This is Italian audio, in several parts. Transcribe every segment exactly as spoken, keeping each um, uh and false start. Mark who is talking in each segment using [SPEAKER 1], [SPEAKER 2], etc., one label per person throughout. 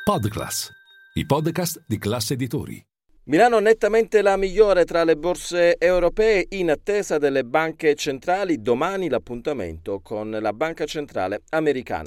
[SPEAKER 1] Podclass, i podcast di Class Editori.
[SPEAKER 2] Milano nettamente la migliore tra le borse europee in attesa delle banche centrali. Domani l'appuntamento con la Banca Centrale Americana.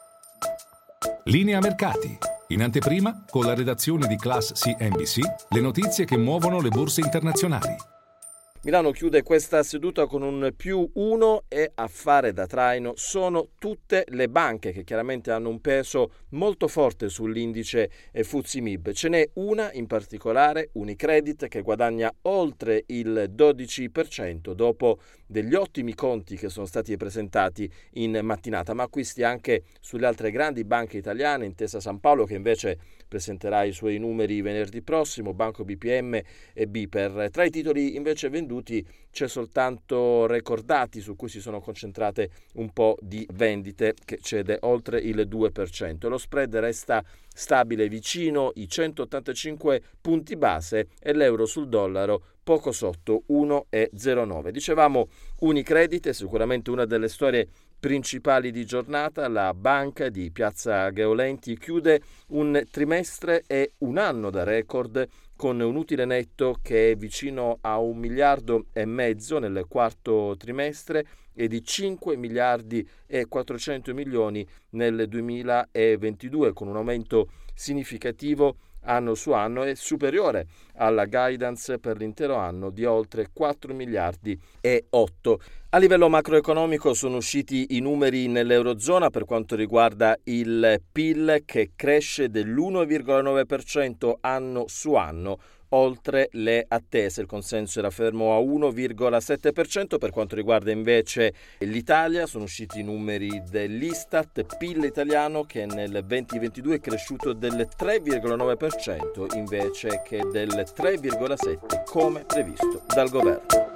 [SPEAKER 1] Linea mercati. In anteprima, con la redazione di Class C N B C, le notizie che muovono le borse internazionali.
[SPEAKER 2] Milano chiude questa seduta con un più uno e a fare da traino sono tutte le banche che chiaramente hanno un peso molto forte sull'indice F T S E M I B. Ce n'è una in particolare, Unicredit, che guadagna oltre il dodici per cento dopo degli ottimi conti che sono stati presentati in mattinata, ma acquisti anche sulle altre grandi banche italiane, Intesa Sanpaolo che invece presenterà i suoi numeri venerdì prossimo, Banco B P M e Biper. Tra i titoli invece venduti c'è soltanto Recordati, su cui si sono concentrate un po' di vendite, che cede oltre il due per cento. Lo spread resta stabile vicino i centottantacinque punti base e l'euro sul dollaro poco sotto uno virgola zero nove. Dicevamo Unicredit è sicuramente una delle storie principali di giornata. La banca di Piazza Gheolenti chiude un trimestre e un anno da record con un utile netto che è vicino a un miliardo e mezzo nel quarto trimestre e di cinque miliardi e quattrocento milioni nel duemilaventidue, con un aumento significativo anno su anno e superiore alla guidance per l'intero anno di oltre quattro miliardi e otto. A livello macroeconomico sono usciti i numeri nell'Eurozona per quanto riguarda il P I L, che cresce dell'uno virgola nove per cento anno su anno, oltre le attese. Il consenso era fermo a uno virgola sette per cento. Per quanto riguarda invece l'Italia sono usciti i numeri dell'Istat, P I L italiano che nel duemilaventidue è cresciuto del tre virgola nove per cento invece che del tre virgola sette per cento come previsto dal governo.